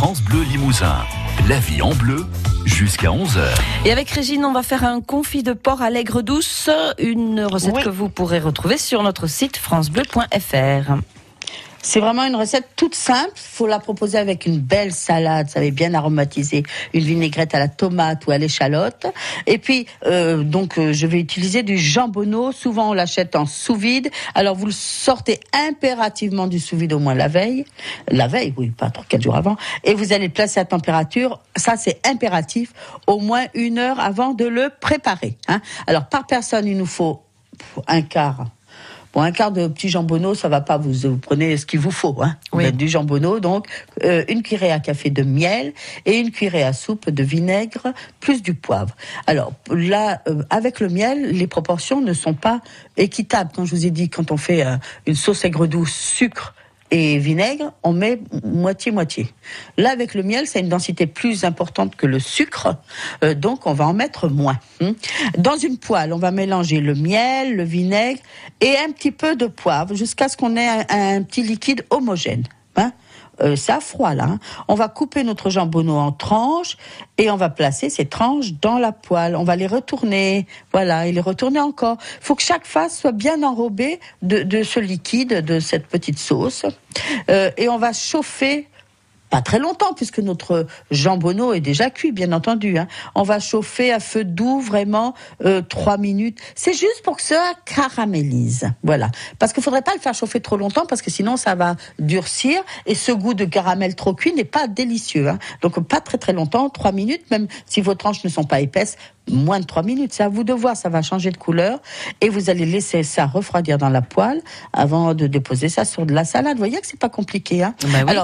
France Bleu Limousin. La vie en bleu jusqu'à 11h. Et avec Régine, on va faire un confit de porc à l'aigre douce, une recette que vous pourrez retrouver sur notre site francebleu.fr. C'est vraiment une recette toute simple. Il faut la proposer avec une belle salade, ça va bien aromatiser, une vinaigrette à la tomate ou à l'échalote. Et puis, je vais utiliser du jambonneau. Souvent, on l'achète en sous-vide. Alors, vous le sortez impérativement du sous-vide au moins la veille. La veille, oui, pas 3-4 jours avant. Et vous allez le placer à température. Ça, c'est impératif. Au moins 1 heure avant de le préparer. Alors, par personne, il nous faut un quart. Bon, un quart de petit jambonneau, ça va pas. Vous prenez ce qu'il vous faut. Vous mettez du jambonneau, donc une cuillerée à café de miel et une cuillerée à soupe de vinaigre plus du poivre. Alors là, avec le miel, les proportions ne sont pas équitables. Quand je vous ai dit, quand on fait une sauce aigre douce, sucre et vinaigre, on met moitié-moitié. Là, avec le miel, ça a une densité plus importante que le sucre, donc on va en mettre moins. Dans une poêle, on va mélanger le miel, le vinaigre et un petit peu de poivre jusqu'à ce qu'on ait un petit liquide homogène. C'est à froid là. On va couper notre jambonneau en tranches et on va placer ces tranches dans la poêle. On va les retourner, voilà, et les retourner encore. Il faut que chaque face soit bien enrobée de ce liquide, de cette petite sauce. Et on va chauffer. Pas très longtemps, puisque notre jambonneau est déjà cuit, bien entendu. On va chauffer à feu doux, vraiment, 3 minutes. C'est juste pour que ça caramélise. Voilà. Parce qu'il faudrait pas le faire chauffer trop longtemps, parce que sinon, ça va durcir. Et ce goût de caramel trop cuit n'est pas délicieux. Donc, pas très très longtemps, 3 minutes, même si vos tranches ne sont pas épaisses, moins de 3 minutes. C'est à vous de voir, ça va changer de couleur. Et vous allez laisser ça refroidir dans la poêle avant de déposer ça sur de la salade. Vous voyez que c'est pas compliqué. Bah oui. Alors,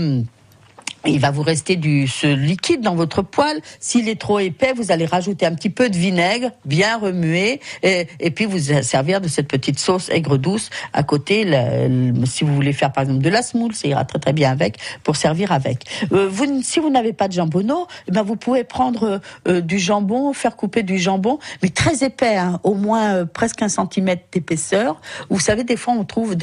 il va vous rester ce liquide dans votre poêle. S'il est trop épais, vous allez rajouter un petit peu de vinaigre, bien remuer, et puis vous servir de cette petite sauce aigre douce à côté. Si vous voulez faire par exemple de la semoule, ça ira très très bien avec, pour servir avec. Si vous n'avez pas de jambonneau, vous pouvez prendre du jambon, faire couper du jambon, mais très épais, au moins presque 1 centimètre d'épaisseur. Vous savez, des fois on trouve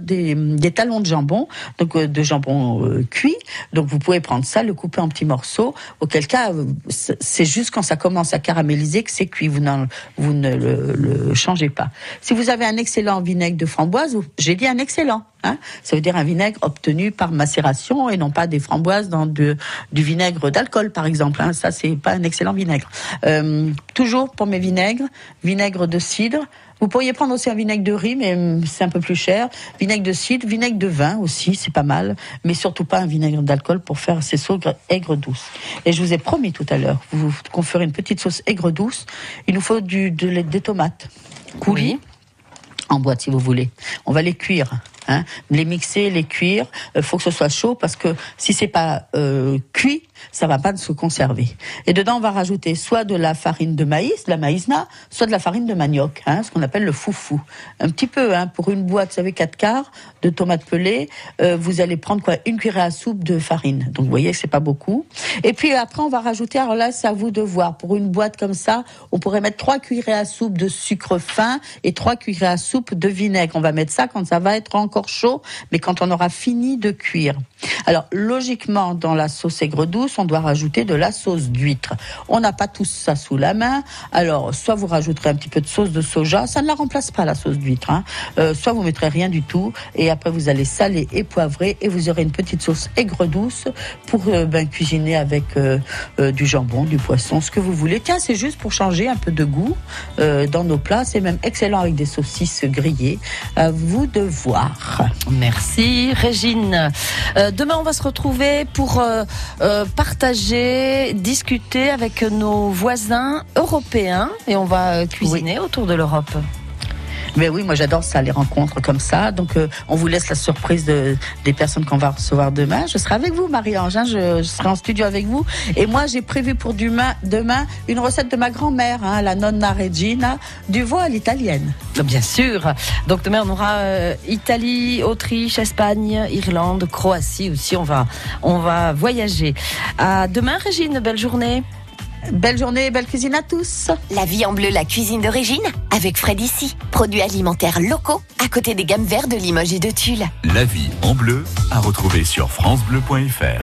des talons de jambon, donc de jambon cuit. Donc vous pouvez prendre ça, le couper en petits morceaux, auquel cas, c'est juste quand ça commence à caraméliser que c'est cuit, vous ne le changez pas. Si vous avez un excellent vinaigre de framboise, j'ai dit un excellent, ça veut dire un vinaigre obtenu par macération et non pas des framboises dans du vinaigre d'alcool, par exemple. Ça, c'est pas un excellent vinaigre. Toujours pour mes vinaigre de cidre. Vous pourriez prendre aussi un vinaigre de riz, mais c'est un peu plus cher. Vinaigre de cidre, vinaigre de vin aussi, c'est pas mal. Mais surtout pas un vinaigre d'alcool pour faire ces sauces aigres douces. Et je vous ai promis tout à l'heure qu'on ferait une petite sauce aigre douce. Il nous faut des tomates coulis, en boîte si vous voulez. On va les cuire. Les mixer, les cuire. Faut que ce soit chaud parce que si c'est pas cuit, ça va pas se conserver. Et dedans, on va rajouter soit de la farine de maïs, de la maïzena, soit de la farine de manioc, ce qu'on appelle le foufou. Un petit peu, pour une boîte, vous savez, 4 quarts de tomates pelées, vous allez prendre 1 cuillerée à soupe de farine. Donc, vous voyez, c'est pas beaucoup. Et puis après, on va rajouter, alors là, c'est à vous de voir. Pour une boîte comme ça, on pourrait mettre 3 cuillerées à soupe de sucre fin et 3 cuillerées à soupe de vinaigre. On va mettre ça quand ça va être encore chaud, mais quand on aura fini de cuire. Alors, logiquement, dans la sauce aigre douce, on doit rajouter de la sauce d'huître. On n'a pas tout ça sous la main. Alors, soit vous rajouterez un petit peu de sauce de soja, ça ne la remplace pas la sauce d'huître. Soit vous mettrez rien du tout, et après vous allez saler et poivrer, et vous aurez une petite sauce aigre douce pour cuisiner avec du jambon, du poisson, ce que vous voulez. Tiens, c'est juste pour changer un peu de goût dans nos plats. C'est même excellent avec des saucisses grillées. À vous de voir. Merci Régine. Demain, on va se retrouver pour partager, discuter avec nos voisins européens et on va cuisiner autour de l'Europe. Mais oui, moi j'adore ça, les rencontres comme ça. Donc on vous laisse la surprise des personnes qu'on va recevoir demain. Je serai avec vous, Marie-Ange, je serai en studio avec vous. Et moi j'ai prévu pour demain une recette de ma grand-mère, la nonna Regina, du veau à l'italienne. Bien sûr. Donc demain on aura Italie, Autriche, Espagne, Irlande, Croatie aussi. On va voyager. À demain, Régine, belle journée. Belle journée, belle cuisine à tous. La vie en bleu, la cuisine d'origine, avec Fred ici. Produits alimentaires locaux, à côté des gammes vertes de Limoges et de Tulle. La vie en bleu, à retrouver sur francebleu.fr.